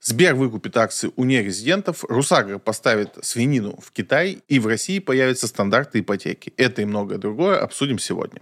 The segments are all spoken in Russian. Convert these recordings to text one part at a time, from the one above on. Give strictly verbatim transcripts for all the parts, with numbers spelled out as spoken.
Сбер выкупит акции у нерезидентов, Русагра поставит свинину в Китай, и в России появятся стандарты ипотеки. Это и многое другое обсудим сегодня.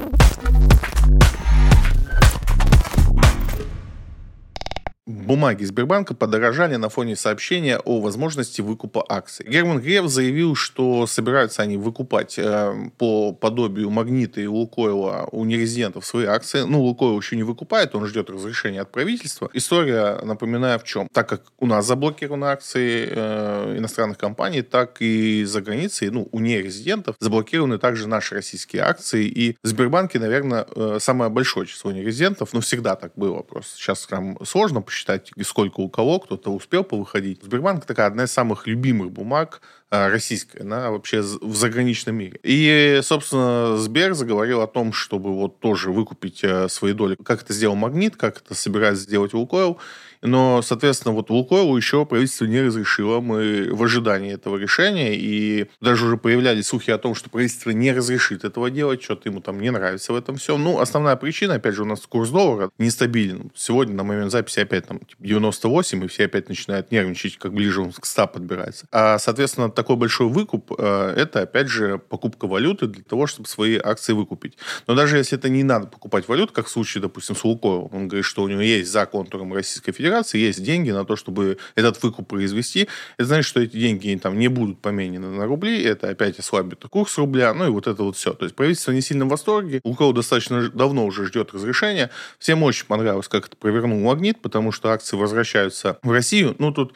Бумаги Сбербанка подорожали на фоне сообщения о возможности выкупа акций. Герман Греф заявил, что собираются они выкупать э, по подобию Магнита и Лукойла у нерезидентов свои акции. Ну, Лукойл еще не выкупает, он ждет разрешения от правительства. История, напоминаю, в чем? Так как у нас заблокированы акции э, иностранных компаний, так и за границей, ну, у нерезидентов заблокированы также наши российские акции. И в Сбербанке, наверное, э, самое большое число нерезидентов, ну, всегда так было просто. Сейчас там сложно посчитать, сколько у кого, кто-то успел повыходить. Сбербанк такая одна из самых любимых бумаг российская, она вообще в заграничном мире. И, собственно, Сбер заговорил о том, чтобы вот тоже выкупить свои доли. Как это сделал Магнит, как это собирается сделать Лукойл. Но, соответственно, вот Лукойлу еще правительство не разрешило. Мы в ожидании этого решения. И даже уже появлялись слухи о том, что правительство не разрешит этого делать. Что-то ему там не нравится в этом всем. Ну, основная причина, опять же, у нас курс доллара нестабилен. Сегодня на момент записи опять там девяносто восемь, и все опять начинают нервничать, как ближе он к ста подбирается. А, соответственно, такой большой выкуп, это, опять же, покупка валюты для того, чтобы свои акции выкупить. Но даже если это не надо покупать валюту, как в случае, допустим, с Лукойлом, он говорит, что у него есть за контуром Российской Федерации, есть деньги на то, чтобы этот выкуп произвести. Это значит, что эти деньги там не будут поменены на рубли, это опять ослабит курс рубля, ну и вот это вот все. То есть правительство не сильно в восторге, Лукойл достаточно давно уже ждет разрешения. Всем очень понравилось, как это провернул Магнит, потому что акции возвращаются в Россию. Ну, тут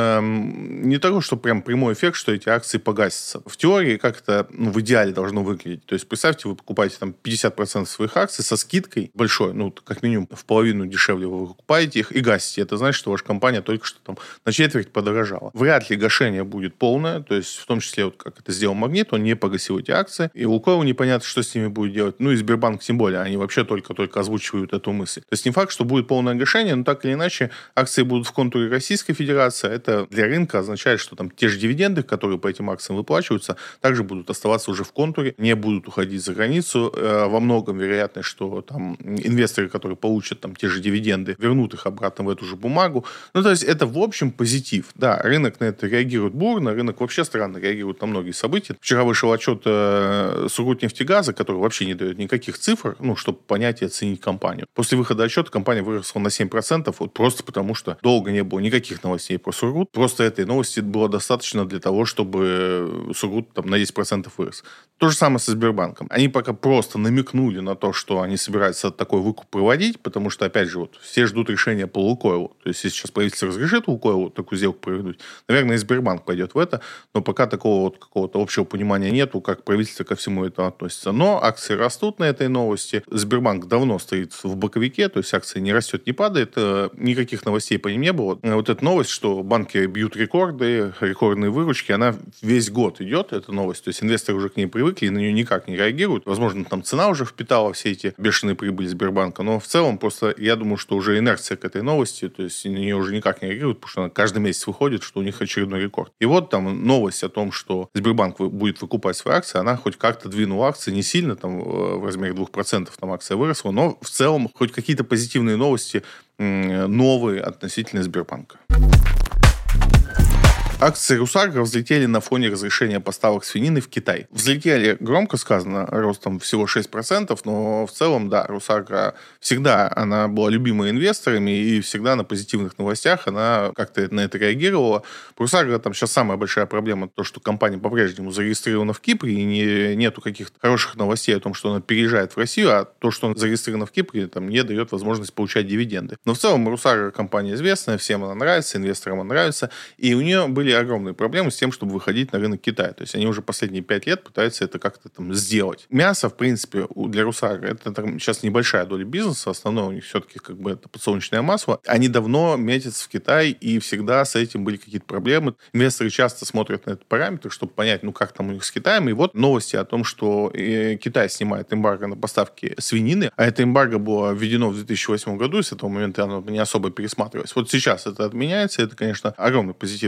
Эм, не того, что прям прямой эффект, что эти акции погасятся. В теории как это ну, в идеале должно выглядеть. То есть, представьте, вы покупаете там пятьдесят процентов своих акций со скидкой большой, ну, как минимум в половину дешевле вы выкупаете их и гасите. Это значит, что ваша компания только что там на четверть подорожала. Вряд ли гашение будет полное, то есть, в том числе, вот как это сделал Магнит, он не погасил эти акции. И Лукойл непонятно, что с ними будет делать. Ну, и Сбербанк тем более, они вообще только-только озвучивают эту мысль. То есть, не факт, что будет полное гашение, но так или иначе, акции будут в контуре Российской Федерации. Это для рынка означает, что там те же дивиденды, которые по этим акциям выплачиваются, также будут оставаться уже в контуре, не будут уходить за границу. Во многом вероятно, что там инвесторы, которые получат там те же дивиденды, вернут их обратно в эту же бумагу. Ну, то есть это в общем позитив. Да, рынок на это реагирует бурно, рынок вообще странно реагирует на многие события. Вчера вышел отчет э, Сургутнефтегаза, который вообще не дает никаких цифр, ну, чтобы понять и оценить компанию. После выхода отчета компания выросла на семь процентов, вот просто потому, что долго не было никаких новостей про Сургут. Просто этой новости было достаточно для того, чтобы Сургут там, на десять процентов вырос. То же самое со Сбербанком. Они пока просто намекнули на то, что они собираются такой выкуп проводить, потому что, опять же, вот, все ждут решения по Лукойлу. То есть, если сейчас правительство разрешит Лукойлу такую сделку проводить, наверное, и Сбербанк пойдет в это, но пока такого вот какого-то общего понимания нету, как правительство ко всему этому относится. Но акции растут на этой новости. Сбербанк давно стоит в боковике, то есть акция не растет, не падает. Никаких новостей по ним не было. Вот эта новость, что банки бьют рекорды, рекордные выручки, она весь год идет, эта новость. То есть инвесторы уже к ней привыкли и на нее никак не реагируют. Возможно, там цена уже впитала все эти бешеные прибыли Сбербанка, но в целом просто я думаю, что уже инерция к этой новости, то есть на нее уже никак не реагируют, потому что она каждый месяц выходит, что у них очередной рекорд. И вот там новость о том, что Сбербанк будет выкупать свои акции, она хоть как-то двинула акции, не сильно, там в размере двух процентов там акция выросла, но в целом хоть какие-то позитивные новости новые относительно Сбербанка. Акции Русагра взлетели на фоне разрешения поставок свинины в Китай. Взлетели, громко сказано, ростом всего шесть процентов, но в целом, да, Русагра всегда, она была любимой инвесторами, и всегда на позитивных новостях она как-то на это реагировала. Русагра там сейчас самая большая проблема, то, что компания по-прежнему зарегистрирована в Кипре, и не, нету каких-то хороших новостей о том, что она переезжает в Россию, а то, что она зарегистрирована в Кипре, там не дает возможность получать дивиденды. Но в целом Русагра компания известная, всем она нравится, инвесторам она нравится, и у нее были огромные проблемы с тем, чтобы выходить на рынок Китая. То есть они уже последние пять лет пытаются это как-то там сделать. Мясо, в принципе, для Русагра это там, сейчас небольшая доля бизнеса, основное у них все-таки как бы это подсолнечное масло. Они давно метятся в Китай, и всегда с этим были какие-то проблемы. Инвесторы часто смотрят на этот параметр, чтобы понять, ну как там у них с Китаем. И вот новости о том, что Китай снимает эмбарго на поставки свинины, а это эмбарго было введено в две тысячи восьмом году, и с этого момента оно не особо пересматривалось. Вот сейчас это отменяется, это, конечно, огромный позитив для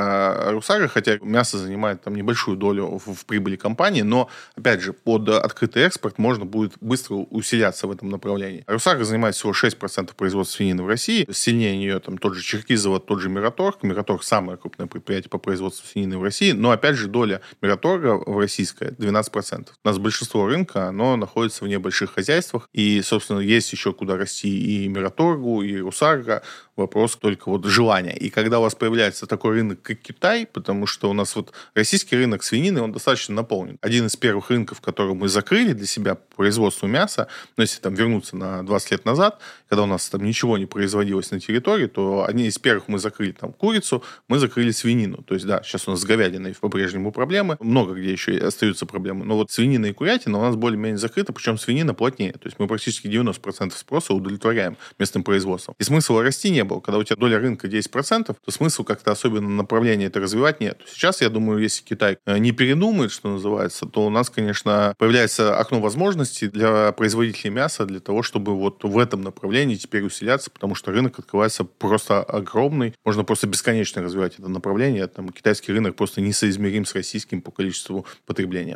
э, Русага, хотя мясо занимает там небольшую долю в, в прибыли компании, но, опять же, под открытый экспорт можно будет быстро усиляться в этом направлении. Русага занимает всего шесть процентов производства свинины в России. Сильнее нее там тот же Черкизово, тот же Мираторг. Мираторг самое крупное предприятие по производству свинины в России, но, опять же, доля Мираторга в российская двенадцать процентов. У нас большинство рынка, оно находится в небольших хозяйствах, и, собственно, есть еще куда расти и Мираторгу, и Русага. Вопрос только вот желания. И когда у вас появляется такой рынок, как Китай, потому что у нас вот российский рынок свинины, он достаточно наполнен. Один из первых рынков, который мы закрыли для себя по производству мяса, ну, если там вернуться на двадцать лет назад, когда у нас там ничего не производилось на территории, то одни из первых мы закрыли там курицу, мы закрыли свинину. То есть, да, сейчас у нас с говядиной по-прежнему проблемы, много где еще остаются проблемы. Но вот свинина и курятина у нас более-менее закрыта, причем свинина плотнее. То есть мы практически девяносто процентов спроса удовлетворяем местным производством. И смысла расти не было. Когда у тебя доля рынка десять процентов, то смысла как-то особенно направление это развивать нет. Сейчас, я думаю, если Китай не передумает, что называется, то у нас, конечно, появляется окно возможностей для производителей мяса для того, чтобы вот в этом направлении теперь усиляться, потому что рынок открывается просто огромный. Можно просто бесконечно развивать это направление. Там китайский рынок просто несоизмерим с российским по количеству потребления.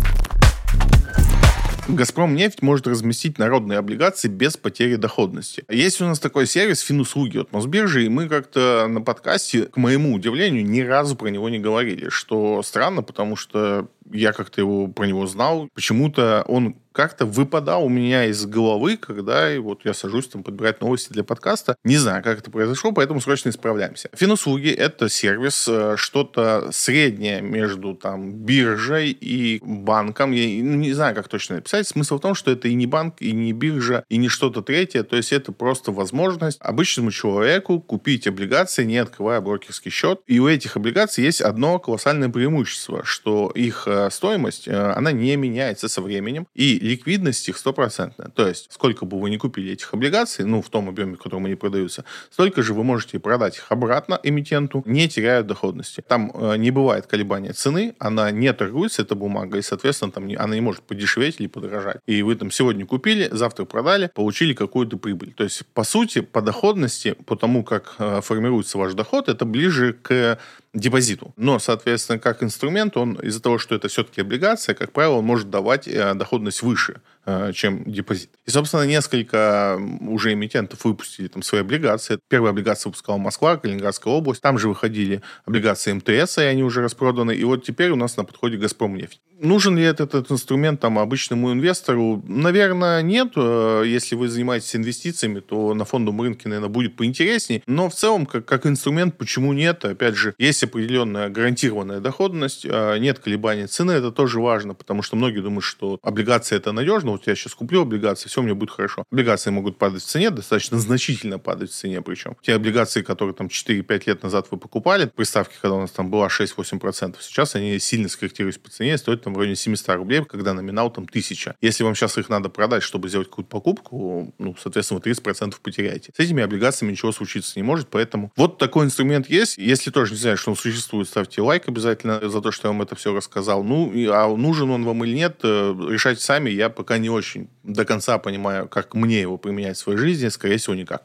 «Газпромнефть» может разместить народные облигации без потери доходности. Есть у нас такой сервис «Финуслуги» от Мосбиржи, и мы как-то на подкасте, к моему удивлению, ни разу про него не говорили, что странно, потому что я как-то его про него знал. Почему-то он как-то выпадал у меня из головы, когда вот я сажусь там подбирать новости для подкаста. Не знаю, как это произошло, поэтому срочно исправляемся. Финуслуги — это сервис, что-то среднее между там биржей и банком. Я не знаю, как точно написать. Смысл в том, что это и не банк, и не биржа, и не что-то третье. То есть это просто возможность обычному человеку купить облигации, не открывая брокерский счет. И у этих облигаций есть одно колоссальное преимущество, что их стоимость, она не меняется со временем, и ликвидность их стопроцентная. То есть, сколько бы вы ни купили этих облигаций, ну, в том объеме, в котором они продаются, столько же вы можете продать их обратно эмитенту, не теряя доходности. Там э, не бывает колебания цены, она не торгуется, эта бумага, и, соответственно, там не, она не может подешеветь или подорожать. И вы там сегодня купили, завтра продали, получили какую-то прибыль. То есть, по сути, по доходности, по тому, как э, формируется ваш доход, это ближе к депозиту. Но, соответственно, как инструмент, он из-за того, что это все-таки облигация, как правило, он может давать э, доходность выше, э, чем депозит. И, собственно, несколько уже эмитентов выпустили там свои облигации. Первые облигации выпускала Москва, Калининградская область. Там же выходили облигации МТС, и они уже распроданы. И вот теперь у нас на подходе «Газпромнефть». Нужен ли этот, этот инструмент там обычному инвестору? Наверное, нет. Если вы занимаетесь инвестициями, то на фондовом рынке, наверное, будет поинтереснее. Но в целом, как, как инструмент, почему нет? Опять же, есть определенная гарантированная доходность, нет колебаний цены, это тоже важно, потому что многие думают, что облигации это надежно. Вот я сейчас куплю облигации, все, мне будет хорошо. Облигации могут падать в цене, достаточно значительно падать в цене причем. Те облигации, которые там четыре-пять лет назад вы покупали, при ставке, когда у нас там была шесть-восемь процентов, сейчас они сильно скорректируются по цене, стоят там в районе семьсот рублей, когда номинал там тысяча. Если вам сейчас их надо продать, чтобы сделать какую-то покупку, ну, соответственно, вы тридцать процентов потеряете. С этими облигациями ничего случиться не может, поэтому вот такой инструмент есть. Если тоже не знаете, что он существует, ставьте лайк обязательно за то, что я вам это все рассказал. Ну, и, а нужен он вам или нет, решайте сами. Я пока не очень до конца понимаю, как мне его применять в своей жизни. Скорее всего, никак.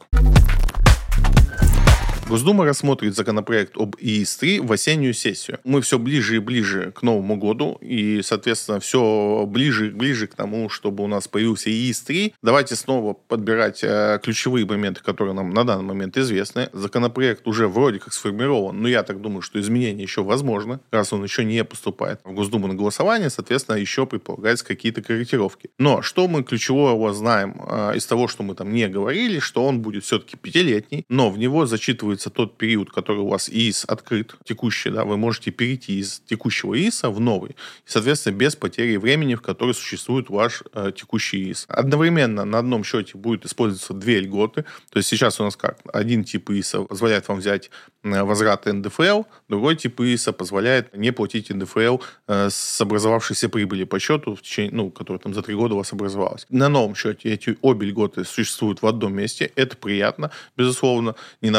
Госдума рассмотрит законопроект об ИИС три в осеннюю сессию. Мы все ближе и ближе к Новому году, и, соответственно, все ближе и ближе к тому, чтобы у нас появился ИИС три. Давайте снова подбирать э, ключевые моменты, которые нам на данный момент известны. Законопроект уже вроде как сформирован, но я так думаю, что изменения еще возможны, раз он еще не поступает в Госдуму на голосование, соответственно, еще предполагаются какие-то корректировки. Но что мы ключевого знаем э, из того, что мы там не говорили, что он будет все-таки пятилетний, но в него зачитывается тот период, который у вас ИИС открыт, текущий, да, вы можете перейти из текущего ИИСа в новый, и, соответственно, без потери времени, в которой существует ваш э, текущий ИИС. Одновременно на одном счете будет использоваться две льготы, то есть сейчас у нас как? Один тип ИИСа позволяет вам взять э, возврат эн дэ эф эл, другой тип ИИСа позволяет не платить эн дэ эф эл э, с образовавшейся прибыли по счету, в течение, ну, которая там за три года у вас образовалась. На новом счете эти обе льготы существуют в одном месте, это приятно, безусловно, не надо выбирать,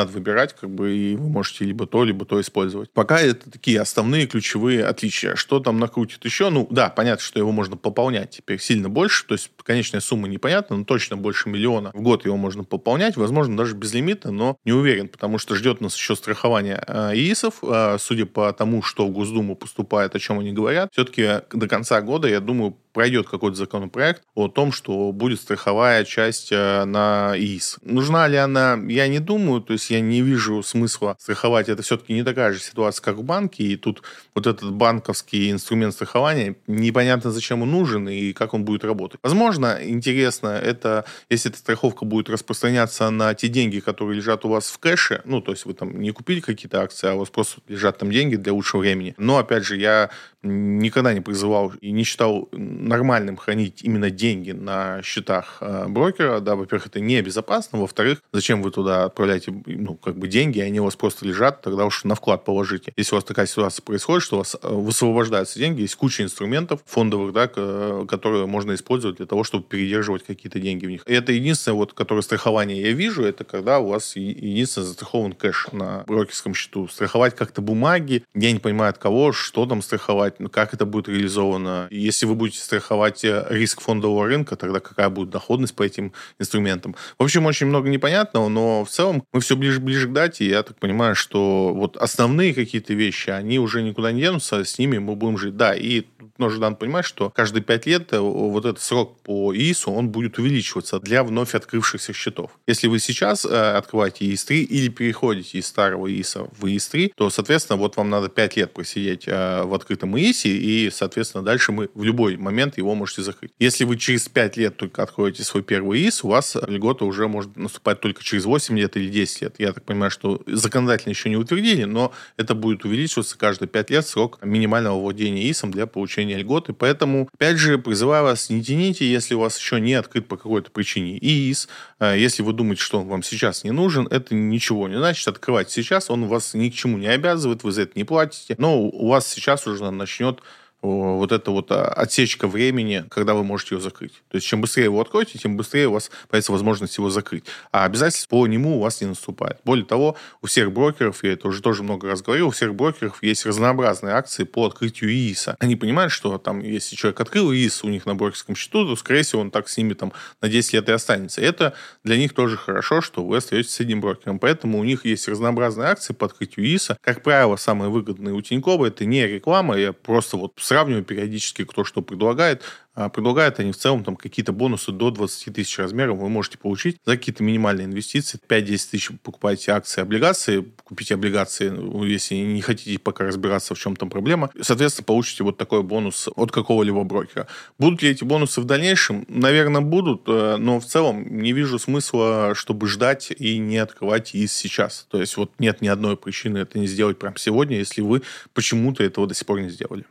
забрать, как бы, и вы можете либо то, либо то использовать. Пока это такие основные ключевые отличия. Что там накрутит еще? Ну, да, понятно, что его можно пополнять теперь сильно больше, то есть конечная сумма непонятна, но точно больше миллиона в год его можно пополнять, возможно, даже безлимитно, но не уверен, потому что ждет нас еще страхование э, ИИСов, э, судя по тому, что в Госдуму поступает, о чем они говорят, все-таки до конца года, я думаю, пройдет какой-то законопроект о том, что будет страховая часть э, на ИИС. Нужна ли она? Я не думаю, то есть я не вижу смысла страховать. Это все-таки не такая же ситуация, как в банке, и тут вот этот банковский инструмент страхования, непонятно, зачем он нужен и как он будет работать. Возможно, интересно, это если эта страховка будет распространяться на те деньги, которые лежат у вас в кэше, ну, то есть вы там не купили какие-то акции, а у вас просто лежат там деньги для лучшего времени. Но, опять же, я никогда не призывал и не считал нормальным хранить именно деньги на счетах э, брокера. Да, во-первых, это небезопасно. Во-вторых, зачем вы туда отправляете, ну, как бы деньги, они у вас просто лежат, тогда уж на вклад положите. Если у вас такая ситуация происходит, что у вас высвобождаются деньги, есть куча инструментов фондовых, да, которые можно использовать для того, чтобы передерживать какие-то деньги в них. И это единственное, вот, которое страхование я вижу, это когда у вас единственное застрахован кэш на брокерском счету. Страховать как-то бумаги, я не понимаю от кого, что там страховать, как это будет реализовано. Если вы будете страховать риск фондового рынка, тогда какая будет доходность по этим инструментам. В общем, очень много непонятного, но в целом мы все ближе-ближе к дате, и я так понимаю, что вот основные какие-то вещи, они уже никуда не денутся, с ними мы будем жить. Да, и нужно надо понимать, что каждые пять лет вот этот срок по ИИСу, он будет увеличиваться для вновь открывшихся счетов. Если вы сейчас э, открываете ИИС три или переходите из старого ИИСа в ИИС три, то, соответственно, вот вам надо пять лет просидеть э, в открытом ИИСе, и, соответственно, дальше мы в любой момент его можете закрыть. Если вы через пять лет только откроете свой первый ИИС, у вас льгота уже может наступать только через восемь лет или десять лет. Я так понимаю, что законодательно еще не утвердили, но это будет увеличиваться каждые пять лет срок минимального владения ИИСом для получения льготы. Поэтому, опять же, призываю вас, не тяните, если у вас еще не открыт по какой-то причине ИИС. Если вы думаете, что он вам сейчас не нужен, это ничего не значит. Открывать сейчас, он вас ни к чему не обязывает, вы за это не платите. Но у вас сейчас уже начнет вот эта вот отсечка времени, когда вы можете ее закрыть. То есть, чем быстрее его откроете, тем быстрее у вас появится возможность его закрыть. А обязательств по нему у вас не наступает. Более того, у всех брокеров, я это уже тоже много раз говорил, у всех брокеров есть разнообразные акции по открытию ИИСа. Они понимают, что там, если человек открыл ИИС у них на брокерском счету, то, скорее всего, он так с ними там на десять лет и останется. И это для них тоже хорошо, что вы остаетесь с одним брокером. Поэтому у них есть разнообразные акции по открытию ИИСа. Как правило, самые выгодные у Тинькова — это не реклама, я просто вот сравниваю периодически, кто что предлагает. Предлагают они в целом там какие-то бонусы до двадцать тысяч размеров вы можете получить за какие-то минимальные инвестиции. пять-десять тысяч покупаете акции, облигации, купите облигации, если не хотите пока разбираться, в чем там проблема. Соответственно, получите вот такой бонус от какого-либо брокера. Будут ли эти бонусы в дальнейшем? Наверное, будут, но в целом не вижу смысла, чтобы ждать и не открывать ИИС сейчас. То есть вот нет ни одной причины это не сделать прямо сегодня, если вы почему-то этого до сих пор не сделали.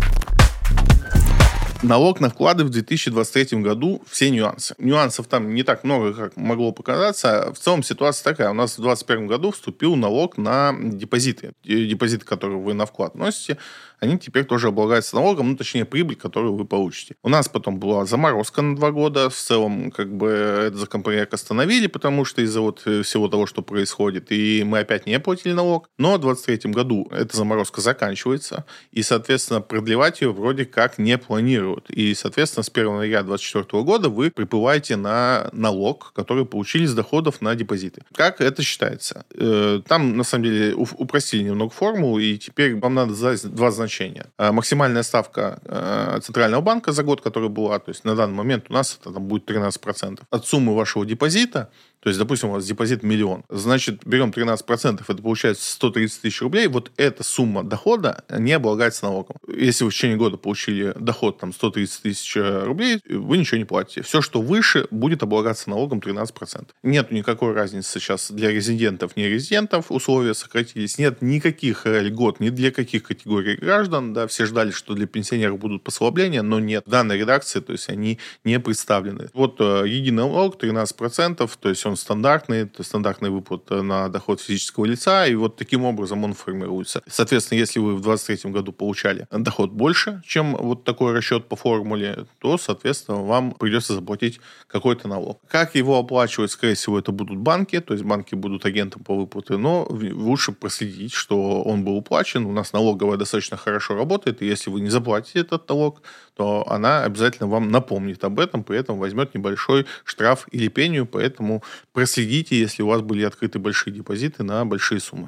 Налог на вклады в две тысячи двадцать третьем году, все нюансы. Нюансов там не так много, как могло показаться. В целом ситуация такая. У нас в две тысячи двадцать первом году вступил налог на депозиты. Депозиты, которые вы на вклад носите, они теперь тоже облагаются налогом, ну, точнее, прибыль, которую вы получите. У нас потом была заморозка на два года. В целом, как бы, этот законопроект остановили, потому что из-за вот всего того, что происходит, и мы опять не платили налог. Но в двадцать третьем году эта заморозка заканчивается, и, соответственно, продлевать ее вроде как не планируют. И, соответственно, с первого января две тысячи двадцать четвёртого года вы прибываете на налог, который получили с доходов на депозиты. Как это считается? Там, на самом деле, упростили немного формулу, и теперь вам надо задать два значения. Максимальная ставка Центрального банка за год, которая была, то есть на данный момент у нас это там будет тринадцать процентов от суммы вашего депозита. То есть, допустим, у вас депозит миллион. Значит, берем тринадцать процентов, это получается сто тридцать тысяч рублей. Вот эта сумма дохода не облагается налогом. Если вы в течение года получили доход там сто тридцать тысяч рублей, вы ничего не платите. Все, что выше, будет облагаться налогом тринадцать процентов. Нет никакой разницы сейчас для резидентов, не резидентов. Условия сократились. Нет никаких льгот ни для каких категорий граждан. Да, все ждали, что для пенсионеров будут послабления, но нет. В данной редакции, то есть, они не представлены. Вот единый налог тринадцать процентов, то есть, он он стандартный, это стандартный выплат на доход физического лица, и вот таким образом он формируется. Соответственно, если вы в двадцать третьем году получали доход больше, чем вот такой расчет по формуле, то, соответственно, вам придется заплатить какой-то налог. Как его оплачивать, скорее всего, это будут банки, то есть банки будут агентом по выплате, но лучше проследить, что он был уплачен. У нас налоговая достаточно хорошо работает, и если вы не заплатите этот налог, то она обязательно вам напомнит об этом, при этом возьмет небольшой штраф или пеню, поэтому проследите, если у вас были открыты большие депозиты на большие суммы.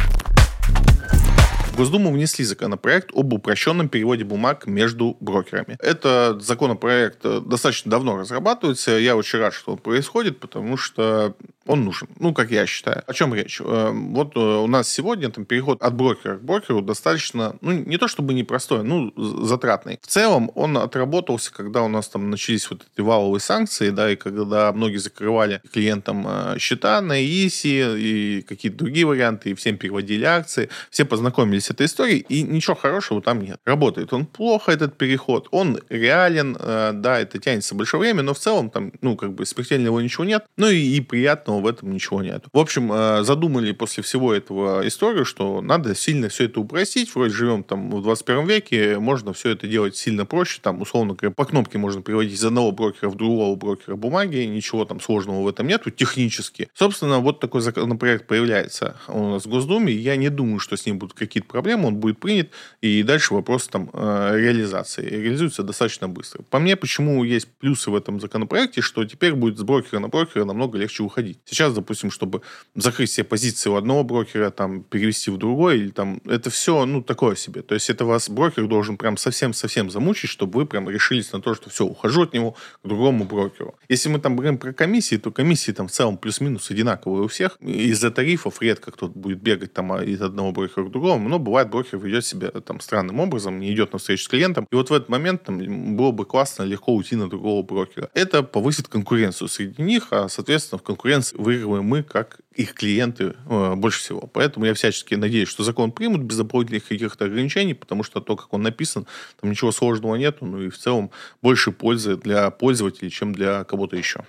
В Госдуму внесли законопроект об упрощенном переводе бумаг между брокерами. Этот законопроект достаточно давно разрабатывается. Я очень рад, что он происходит, потому что он нужен. Ну, как я считаю. О чем речь? Вот у нас сегодня там переход от брокера к брокеру достаточно, ну, не то чтобы непростой, ну, затратный. В целом он отработался, когда у нас там начались вот эти валовые санкции, да, и когда многие закрывали клиентам счета на ИИСе и какие-то другие варианты, и всем переводили акции, все познакомились с этой историей, и ничего хорошего там нет. Работает он плохо, этот переход, он реален, да, это тянется большое время, но в целом там, ну, как бы смертельного ничего нет, ну и, и приятного в этом ничего нет. В общем, задумали после всего этого историю, что надо сильно все это упростить, вроде живем там в двадцать первом веке, можно все это делать сильно проще, там, условно говоря, по кнопке можно переводить из одного брокера в другого брокера бумаги, ничего там сложного в этом нету, технически. Собственно, вот такой законопроект появляется у нас в Госдуме, я не думаю, что с ним будут какие-то проблемы, он будет принят, и дальше вопрос там реализации. Реализуется достаточно быстро. По мне, почему есть плюсы в этом законопроекте, что теперь будет с брокера на брокера намного легче уходить. Сейчас, допустим, чтобы закрыть все позиции у одного брокера, там, перевести в другой, или там, это все, ну, такое себе. То есть это вас брокер должен прям совсем-совсем замучить, чтобы вы прям решились на то, что все, ухожу от него к другому брокеру. Если мы там говорим про комиссии, то комиссии там в целом плюс-минус одинаковые у всех. Из-за тарифов редко кто-то будет бегать там из одного брокера к другому, но бывает, брокер ведет себя там странным образом, не идет на встречу с клиентом, и вот в этот момент там было бы классно легко уйти на другого брокера. Это повысит конкуренцию среди них, а, соответственно, в конкуренции выигрываем мы, как их клиенты, э, больше всего. Поэтому я всячески надеюсь, что закон примут без дополнительных каких-то ограничений, потому что то, как он написан, там ничего сложного нету, ну и в целом больше пользы для пользователей, чем для кого-то еще.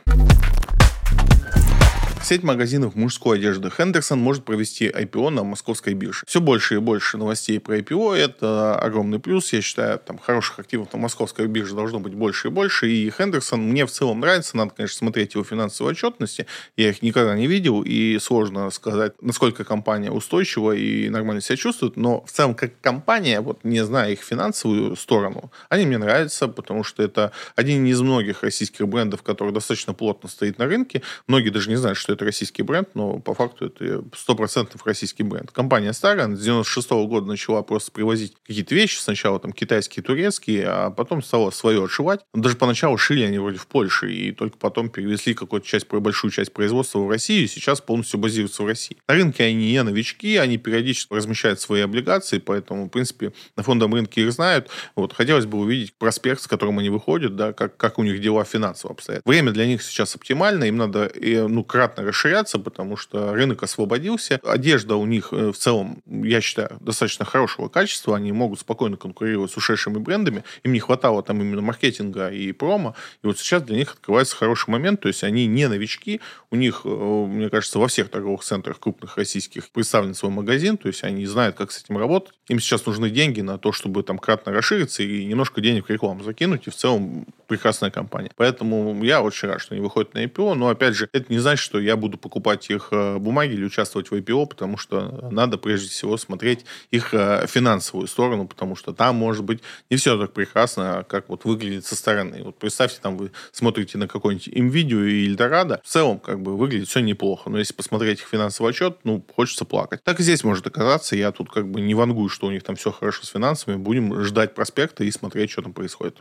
Сеть магазинов мужской одежды Хендерсон может провести ай пи о на московской бирже. Все больше и больше новостей про ай пи о. Это огромный плюс. Я считаю, там хороших активов на московской бирже должно быть больше и больше. И Хендерсон мне в целом нравится. Надо, конечно, смотреть его финансовые отчетности. Я их никогда не видел. И сложно сказать, насколько компания устойчива и нормально себя чувствует. Но в целом, как компания, вот не зная их финансовую сторону, они мне нравятся, потому что это один из многих российских брендов, который достаточно плотно стоит на рынке. Многие даже не знают, что это российский бренд, но по факту это сто процентов российский бренд. Компания старая, с девяносто шестого года начала просто привозить какие-то вещи, сначала там китайские, турецкие, а потом стала свое отшивать. Даже поначалу шили они вроде в Польше, и только потом перевезли какую-то часть, большую часть производства в Россию, и сейчас полностью базируются в России. На рынке они не новички, они периодически размещают свои облигации, поэтому, в принципе, на фондовом рынке их знают. Вот, хотелось бы увидеть проспект, с которым они выходят, да, как, как у них дела финансово обстоят. Время для них сейчас оптимально, им надо, ну, кратно расширяться, потому что рынок освободился. Одежда у них в целом, я считаю, достаточно хорошего качества. Они могут спокойно конкурировать с ушедшими брендами. Им не хватало там именно маркетинга и промо. И вот сейчас для них открывается хороший момент. То есть они не новички. У них, мне кажется, во всех торговых центрах крупных российских представлен свой магазин. То есть они знают, как с этим работать. Им сейчас нужны деньги на то, чтобы там кратно расшириться и немножко денег в рекламу закинуть. И в целом прекрасная компания. Поэтому я очень рад, что они выходят на ай пи о. Но, опять же, это не значит, что я буду покупать их бумаги или участвовать в ай пи о, потому что надо прежде всего смотреть их финансовую сторону, потому что там может быть не все так прекрасно, как вот выглядит со стороны. Вот представьте, там вы смотрите на какой-нибудь Nvidia и Эльдорадо, в целом как бы выглядит все неплохо, но если посмотреть их финансовый отчет, ну, хочется плакать. Так и здесь может оказаться, я тут как бы не вангую, что у них там все хорошо с финансами, будем ждать проспекта и смотреть, что там происходит.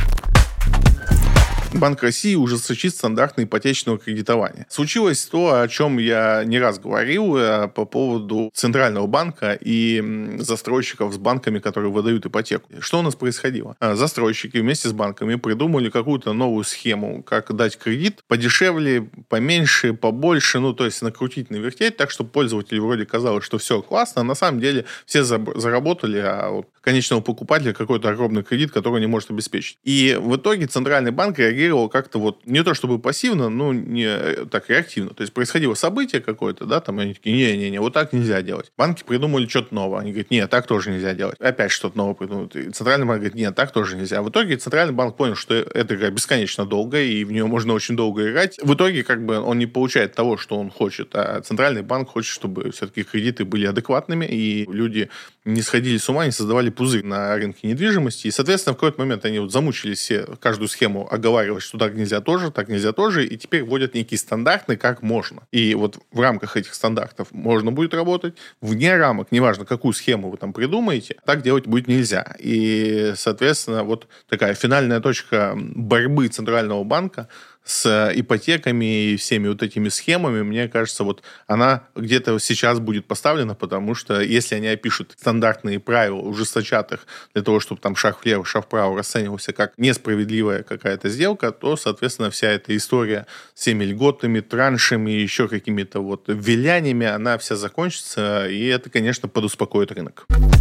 Банк России ужесточит стандарты ипотечного кредитования. Случилось то, о чем я не раз говорил по поводу Центрального банка и застройщиков с банками, которые выдают ипотеку. Что у нас происходило? Застройщики вместе с банками придумали какую-то новую схему, как дать кредит подешевле, поменьше, побольше, ну, то есть накрутить, навертеть, так, чтобы пользователю вроде казалось, что все классно, а на самом деле все заработали, а вот конечного покупателя какой-то огромный кредит, который не может обеспечить. И в итоге Центральный банк реагирует реагировал как-то вот не то чтобы пассивно, но не так реактивно. То есть происходило событие какое-то, да, там они такие, не-не-не, вот так нельзя делать. Банки придумали что-то новое. Они говорят, нет, так тоже нельзя делать. Опять что-то новое придумают. И Центральный банк говорит, нет, так тоже нельзя. В итоге Центральный банк понял, что эта игра бесконечно долгая, и в нее можно очень долго играть. В итоге как бы он не получает того, что он хочет, а Центральный банк хочет, чтобы все-таки кредиты были адекватными, и люди не сходили с ума, не создавали пузырь на рынке недвижимости. И, соответственно, в какой-то момент они вот замучились все, каждую схему оговаривать, что так нельзя тоже, так нельзя тоже, и теперь вводят некие стандарты, как можно. И вот в рамках этих стандартов можно будет работать, вне рамок, неважно, какую схему вы там придумаете, так делать будет нельзя. И, соответственно, вот такая финальная точка борьбы Центрального банка с ипотеками и всеми вот этими схемами, мне кажется, вот она где-то сейчас будет поставлена, потому что если они опишут стандартные правила, ужесточат их для того, чтобы там шаг влево, шаг вправо расценивался как несправедливая какая-то сделка, то, соответственно, вся эта история с всеми льготами, траншами, еще какими-то вот виляниями, она вся закончится, и это, конечно, подуспокоит рынок.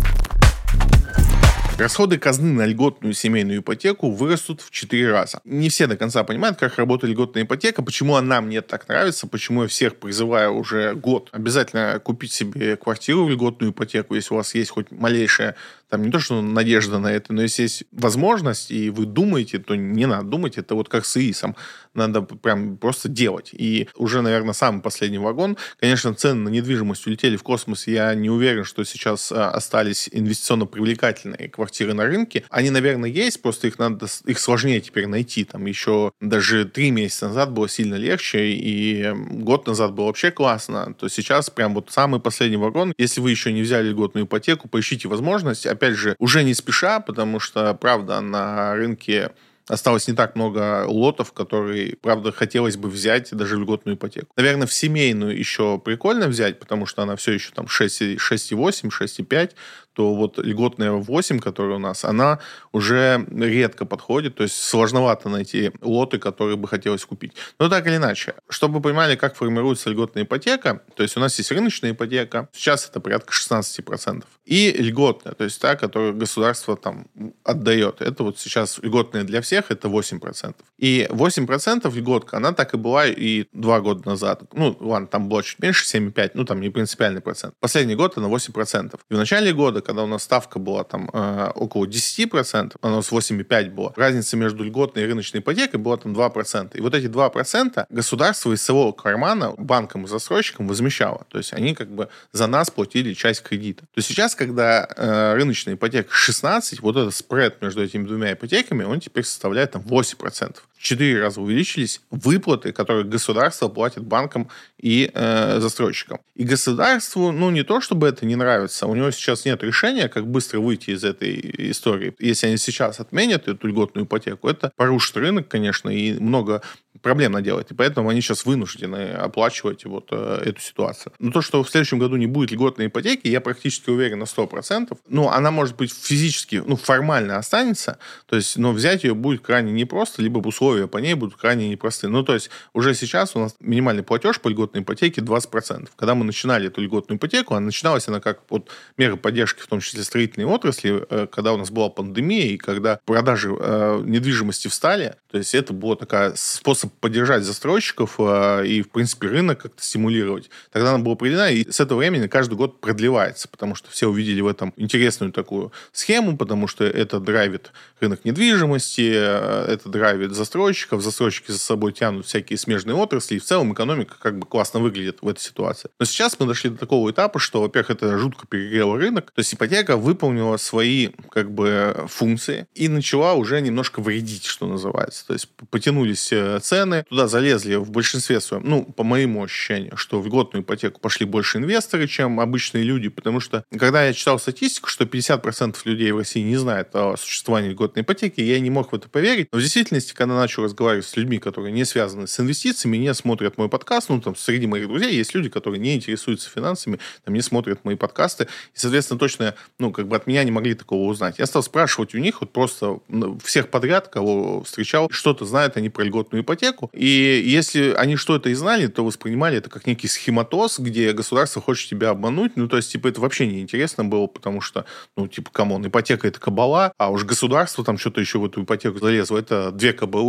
Расходы казны на льготную семейную ипотеку вырастут в четыре раза. Не все до конца понимают, как работает льготная ипотека, почему она мне так нравится, почему я всех призываю уже год обязательно купить себе квартиру в льготную ипотеку, если у вас есть хоть малейшая, там не то, что надежда на это, но если есть возможность, и вы думаете, то не надо думать, это вот как с ИИСом. Надо прям просто делать. И уже, наверное, самый последний вагон. Конечно, цены на недвижимость улетели в космос. Я не уверен, что сейчас остались инвестиционно привлекательные квартиры на рынке. Они, наверное, есть, просто их надо, их сложнее теперь найти. Там еще даже три месяца назад было сильно легче, и год назад было вообще классно. То сейчас прям вот самый последний вагон. Если вы еще не взяли льготную ипотеку, поищите возможность. Опять же, уже не спеша, потому что, правда, на рынке осталось не так много лотов, которые, правда, хотелось бы взять даже в льготную ипотеку. Наверное, в семейную еще прикольно взять, потому что она все еще там шесть и восемь, шесть и пять, то вот льготная восемь, которая у нас, она уже редко подходит, то есть сложновато найти лоты, которые бы хотелось купить. Но так или иначе, чтобы вы понимали, как формируется льготная ипотека, то есть у нас есть рыночная ипотека, сейчас это порядка шестнадцать процентов, и льготная, то есть та, которую государство там отдает. Это вот сейчас льготная для всех, это восемь процентов. И восемь процентов льготка, она так и была и два года назад. Ну, ладно, там было чуть меньше, семь и пять, ну, там не принципиальный процент. Последний год она восемь процентов. И в начале года, когда у нас ставка была там э, около десять процентов, она у нас восемь и пять была, разница между льготной и рыночной ипотекой была там два процента. И вот эти два процента государство из своего кармана банкам и застройщикам возмещало. То есть они как бы за нас платили часть кредита. То есть сейчас, когда э, рыночная ипотека шестнадцать, вот этот спред между этими двумя ипотеками, он теперь составляет там восемь процентов. В четыре раза увеличились выплаты, которые государство платит банкам и э, застройщикам. И государству, ну, не то, чтобы это не нравится, у него сейчас нет решения, как быстро выйти из этой истории. Если они сейчас отменят эту льготную ипотеку, это порушит рынок, конечно, и много проблем наделает. И поэтому они сейчас вынуждены оплачивать вот э, эту ситуацию. Но то, что в следующем году не будет льготной ипотеки, я практически уверен на сто процентов. Ну, она, может быть, физически, ну, формально останется, то есть, но взять ее будет крайне непросто, либо условия по ней будут крайне непростые. Ну, то есть, уже сейчас у нас минимальный платеж по льготной ипотеке двадцать процентов. Когда мы начинали эту льготную ипотеку, она начиналась она как вот мера поддержки, в том числе строительной отрасли, э, когда у нас была пандемия, и когда продажи э, недвижимости встали, то есть, это был такой способ поддержать застройщиков э, и, в принципе, рынок как-то стимулировать. Тогда она была определена, и с этого времени каждый год продлевается, потому что все увидели в этом интересную такую схему, потому что это драйвит рынок недвижимости, э, это драйвит застройщиков, застройщики за собой тянут всякие смежные отрасли, и в целом экономика как бы классно выглядит в этой ситуации. Но сейчас мы дошли до такого этапа, что, во-первых, это жутко перегрело рынок, то есть ипотека выполнила свои как бы функции и начала уже немножко вредить, что называется. То есть потянулись цены, туда залезли в большинстве своем, ну, по моему ощущению, что в льготную ипотеку пошли больше инвесторы, чем обычные люди, потому что, когда я читал статистику, что пятьдесят процентов людей в России не знают о существовании льготной ипотеки, я не мог в это поверить, но в действительности, когда начал разговаривать с людьми, которые не связаны с инвестициями, не смотрят мой подкаст, ну, там, среди моих друзей есть люди, которые не интересуются финансами, там, не смотрят мои подкасты, и, соответственно, точно, ну, как бы от меня не могли такого узнать. Я стал спрашивать у них вот просто всех подряд, кого встречал, что-то знают они про льготную ипотеку, и если они что-то и знали, то воспринимали это как некий схематоз, где государство хочет тебя обмануть, ну, то есть, типа, это вообще неинтересно было, потому что, ну, типа, камон, ипотека — это кабала, а уж государство там что-то еще в эту ипотеку залезло, это две кабалы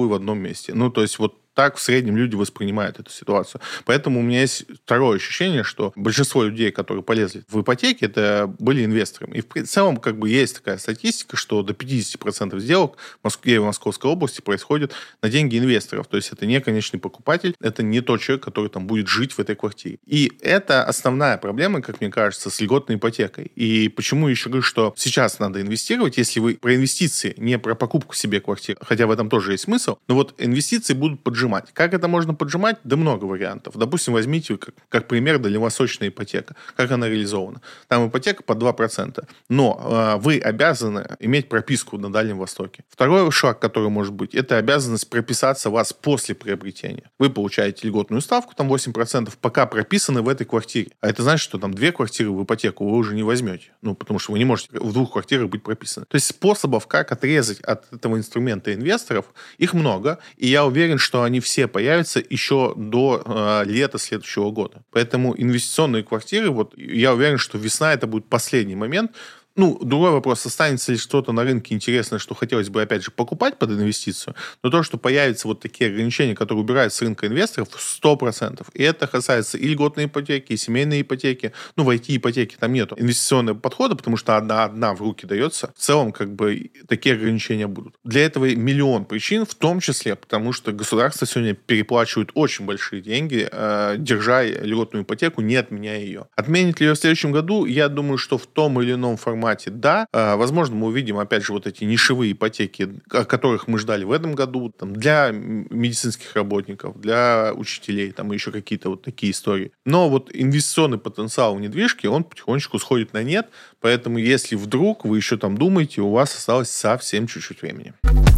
в одном месте. Ну, то есть вот так в среднем люди воспринимают эту ситуацию. Поэтому у меня есть второе ощущение, что большинство людей, которые полезли в ипотеки, это были инвесторами. И в целом как бы есть такая статистика, что до пятьдесят процентов сделок в Москве и в Московской области происходит на деньги инвесторов. То есть это не конечный покупатель, это не тот человек, который там будет жить в этой квартире. И это основная проблема, как мне кажется, с льготной ипотекой. И почему еще говорю, что сейчас надо инвестировать, если вы про инвестиции, не про покупку себе квартиры, хотя в этом тоже есть смысл, но вот инвестиции будут поджимать. Как это можно поджимать? Да много вариантов. Допустим, возьмите как, как пример дальневосточная ипотека. Как она реализована? Там ипотека под два процента. Но э, вы обязаны иметь прописку на Дальнем Востоке. Второй шаг, который может быть, это обязанность прописаться вас после приобретения. Вы получаете льготную ставку, там восемь процентов, пока прописаны в этой квартире. А это значит, что там две квартиры в ипотеку вы уже не возьмете. Ну, потому что вы не можете в двух квартирах быть прописаны. То есть способов, как отрезать от этого инструмента инвесторов, их много. И я уверен, что они все появятся еще до э, лета следующего года. Поэтому инвестиционные квартиры, вот я уверен, что весна это будет последний момент. Ну, другой вопрос, останется ли что-то на рынке интересное, что хотелось бы, опять же, покупать под инвестицию, но то, что появятся вот такие ограничения, которые убирают с рынка инвесторов, сто процентов. И это касается и льготной ипотеки, и семейной ипотеки. Ну, в ай ти-ипотеке там нету инвестиционного подхода, потому что одна одна в руки дается. В целом, как бы, такие ограничения будут. Для этого миллион причин, в том числе, потому что государство сегодня переплачивает очень большие деньги, э, держа льготную ипотеку, не отменяя ее. Отменит ли ее в следующем году? Я думаю, что в том или ином формате да, возможно, мы увидим, опять же, вот эти нишевые ипотеки, о которых мы ждали в этом году, там, для медицинских работников, для учителей, там, еще какие-то вот такие истории. Но вот инвестиционный потенциал в недвижке, он потихонечку сходит на нет, поэтому если вдруг вы еще там думаете, у вас осталось совсем чуть-чуть времени.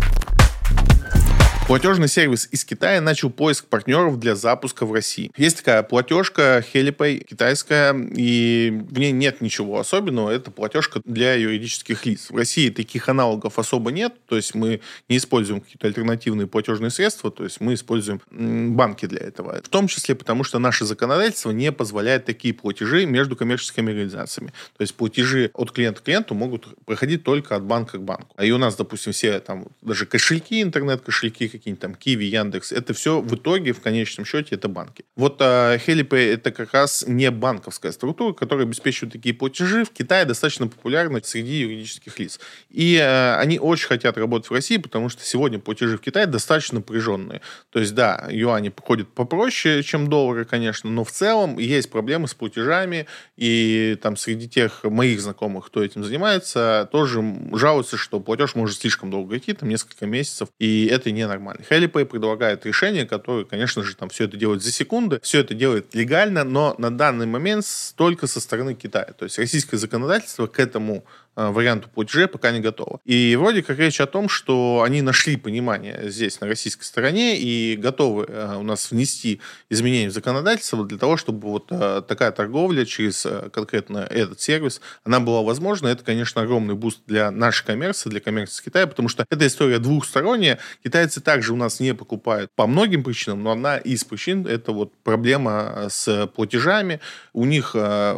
Платежный сервис из Китая начал поиск партнеров для запуска в России. Есть такая платежка Helipay, китайская, и в ней нет ничего особенного. Это платежка для юридических лиц. В России таких аналогов особо нет, то есть мы не используем какие-то альтернативные платежные средства, то есть мы используем банки для этого. В том числе потому, что наше законодательство не позволяет такие платежи между коммерческими организациями. То есть платежи от клиента к клиенту могут проходить только от банка к банку. И у нас, допустим, все там даже кошельки, интернет-кошельки, какие-нибудь там Киви, Яндекс, это все в итоге, в конечном счете, это банки. Вот а, Helipay это как раз не банковская структура, которая обеспечивает такие платежи. В Китае достаточно популярна среди юридических лиц. И а, они очень хотят работать в России, потому что сегодня платежи в Китае достаточно напряженные. То есть, да, юани ходят попроще, чем доллары, конечно, но в целом есть проблемы с платежами, и там среди тех моих знакомых, кто этим занимается, тоже жалуются, что платеж может слишком долго идти, там несколько месяцев, и это ненормально. Helipay предлагает решение, которое, конечно же, там все это делает за секунды, все это делает легально, но на данный момент только со стороны Китая. То есть российское законодательство к этому варианту платежей пока не готово. И вроде как речь о том, что они нашли понимание здесь, на российской стороне, и готовы у нас внести изменения в законодательство для того, чтобы вот такая торговля через конкретно этот сервис, она была возможна. Это, конечно, огромный буст для нашей коммерции, для коммерции Китая, потому что эта история двухсторонняя. Китайцы также у нас не покупают по многим причинам, но одна из причин — это вот проблема с платежами. У них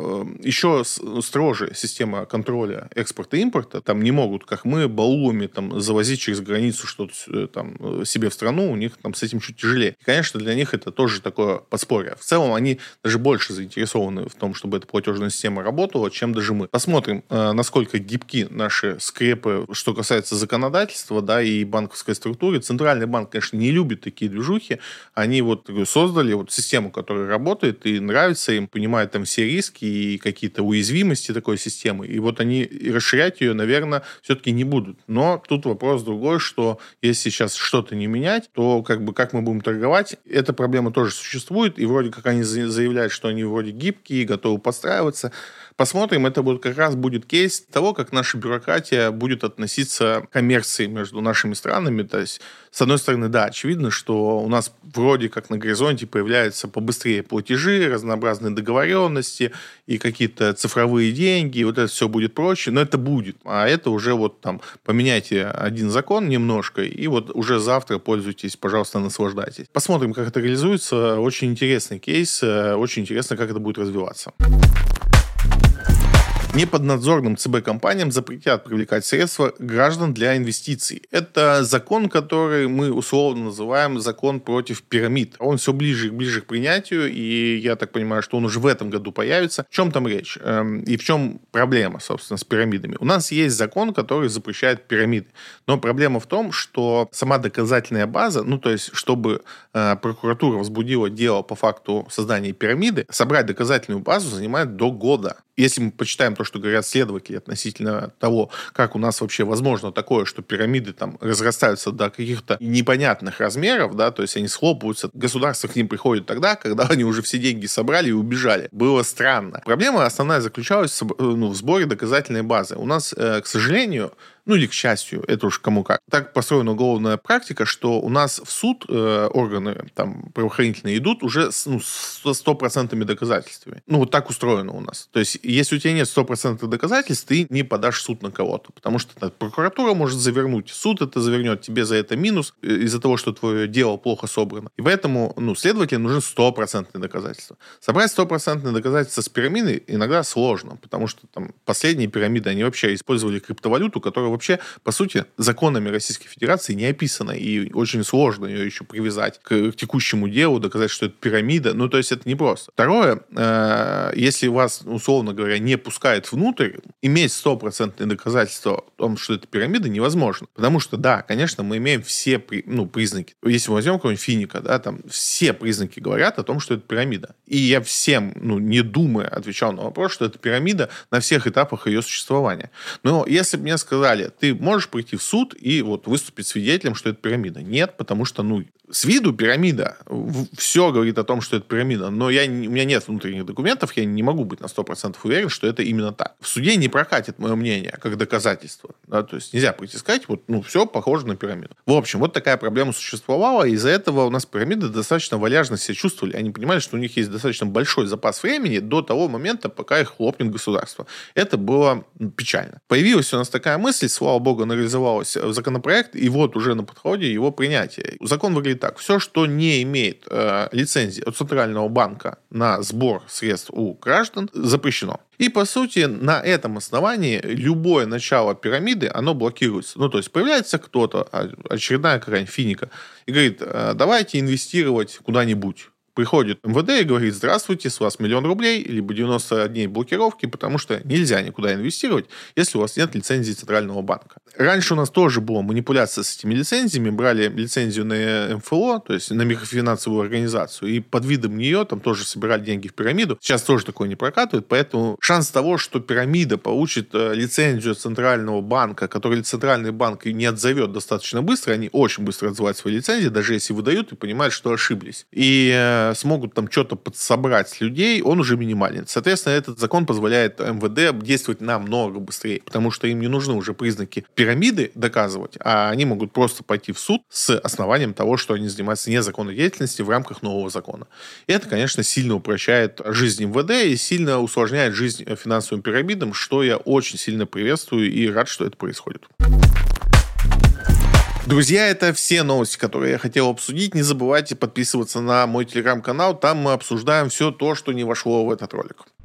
еще строже система контроля экспорта и импорта, там не могут, как мы, баулами там завозить через границу что-то там себе в страну, у них там с этим чуть тяжелее. И, конечно, для них это тоже такое подспорье. В целом, они даже больше заинтересованы в том, чтобы эта платежная система работала, чем даже мы. Посмотрим, насколько гибки наши скрепы, что касается законодательства, да, и банковской структуры. Центральный банк, конечно, не любит такие движухи. Они вот создали вот систему, которая работает, и нравится им, понимают там все риски и какие-то уязвимости такой системы. И вот они расширять ее, наверное, все-таки не будут. Но тут вопрос другой, что если сейчас что-то не менять, то как бы как мы будем торговать, эта проблема тоже существует, и вроде как они заявляют, что они вроде гибкие, готовы подстраиваться. Посмотрим, это будет, как раз будет кейс того, как наша бюрократия будет относиться к коммерции между нашими странами. То есть, с одной стороны, да, очевидно, что у нас вроде как на горизонте появляются побыстрее платежи, разнообразные договоренности и какие-то цифровые деньги, и вот это все будет проще, но это будет. А это уже вот там поменяйте один закон немножко, и вот уже завтра пользуйтесь, пожалуйста, наслаждайтесь. Посмотрим, как это реализуется. Очень интересный кейс, очень интересно, как это будет развиваться. Неподнадзорным ЦБ компаниям запретят привлекать средства граждан для инвестиций. Это закон, который мы условно называем закон против пирамид. Он все ближе и ближе к принятию, и я так понимаю, что он уже в этом году появится. В чем там речь? И в чем проблема, собственно, с пирамидами? У нас есть закон, который запрещает пирамиды. Но проблема в том, что сама доказательная база, ну, то есть, чтобы э, прокуратура возбудила дело по факту создания пирамиды, собрать доказательную базу занимает до года. Если мы почитаем то, что говорят следователи относительно того, как у нас вообще возможно такое, что пирамиды там разрастаются до каких-то непонятных размеров, да, то есть они схлопываются, государство к ним приходит тогда, когда они уже все деньги собрали и убежали. Было странно. Проблема основная заключалась в, ну, в сборе доказательной базы. У нас, э, к сожалению, ну или к счастью, это уж кому как. Так построена уголовная практика, что у нас в суд э, органы там, правоохранительные идут уже с, ну, с стопроцентными доказательствами. Ну, вот так устроено у нас. То есть, если у тебя нет стопроцентных доказательств, ты не подашь в суд на кого-то. Потому что так, прокуратура может завернуть. Суд это завернет, тебе за это минус из-за того, что твое дело плохо собрано. И поэтому, ну, следователям нужны стопроцентные доказательства. Собрать стопроцентные доказательства с пирамидой иногда сложно, потому что там последние пирамиды, они вообще использовали криптовалюту, которая вообще, по сути, законами Российской Федерации не описана, и очень сложно ее еще привязать к текущему делу, доказать, что это пирамида. Ну, то есть, это непросто. Второе, э, если вас, условно говоря, не пускают внутрь, иметь стопроцентные доказательства о том, что это пирамида, невозможно. Потому что, да, конечно, мы имеем все при, ну, признаки. Если мы возьмем какого-нибудь Финика, да, там все признаки говорят о том, что это пирамида. И я всем, ну, не думая, отвечал на вопрос, что это пирамида на всех этапах ее существования. Но если бы мне сказали, ты можешь прийти в суд и вот выступить свидетелем, что это пирамида? Нет, потому что, ну, с виду пирамида. Все говорит о том, что это пирамида, но я, у меня нет внутренних документов, я не могу быть на сто процентов уверен, что это именно так. В суде не прокатит мое мнение как доказательство. Да? То есть нельзя прийти и сказать, вот, ну, все похоже на пирамиду. В общем, вот такая проблема существовала, и из-за этого у нас пирамиды достаточно вальяжно себя чувствовали. Они понимали, что у них есть достаточно большой запас времени до того момента, пока их хлопнет государство. Это было печально. Появилась у нас такая мысль, слава богу, она реализовалась в законопроект, и вот уже на подходе его принятие. Закон выглядит так. Все, что не имеет э, лицензии от Центрального банка на сбор средств у граждан, запрещено. И, по сути, на этом основании любое начало пирамиды, оно блокируется. Ну, то есть, появляется кто-то, очередная какая-нибудь Финика, и говорит, давайте инвестировать куда-нибудь. Приходит эм вэ дэ и говорит, здравствуйте, с вас миллион рублей, либо девяносто дней блокировки, потому что нельзя никуда инвестировать, если у вас нет лицензии Центрального банка. Раньше у нас тоже была манипуляция с этими лицензиями, брали лицензию на эм эф эл о, то есть на микрофинансовую организацию, и под видом нее там тоже собирали деньги в пирамиду. Сейчас тоже такое не прокатывает, поэтому шанс того, что пирамида получит лицензию Центрального банка, который Центральный банк не отзовет достаточно быстро, они очень быстро отзывают свои лицензии, даже если выдают и понимают, что ошиблись. И смогут там что-то подсобрать с людей, он уже минимален. Соответственно, этот закон позволяет эм вэ дэ действовать намного быстрее, потому что им не нужны уже признаки пирамиды доказывать, а они могут просто пойти в суд с основанием того, что они занимаются незаконной деятельностью в рамках нового закона. И это, конечно, сильно упрощает жизнь эм вэ дэ и сильно усложняет жизнь финансовым пирамидам, что я очень сильно приветствую и рад, что это происходит. Друзья, это все новости, которые я хотел обсудить. Не забывайте подписываться на мой телеграм-канал. Там мы обсуждаем все то, что не вошло в этот ролик.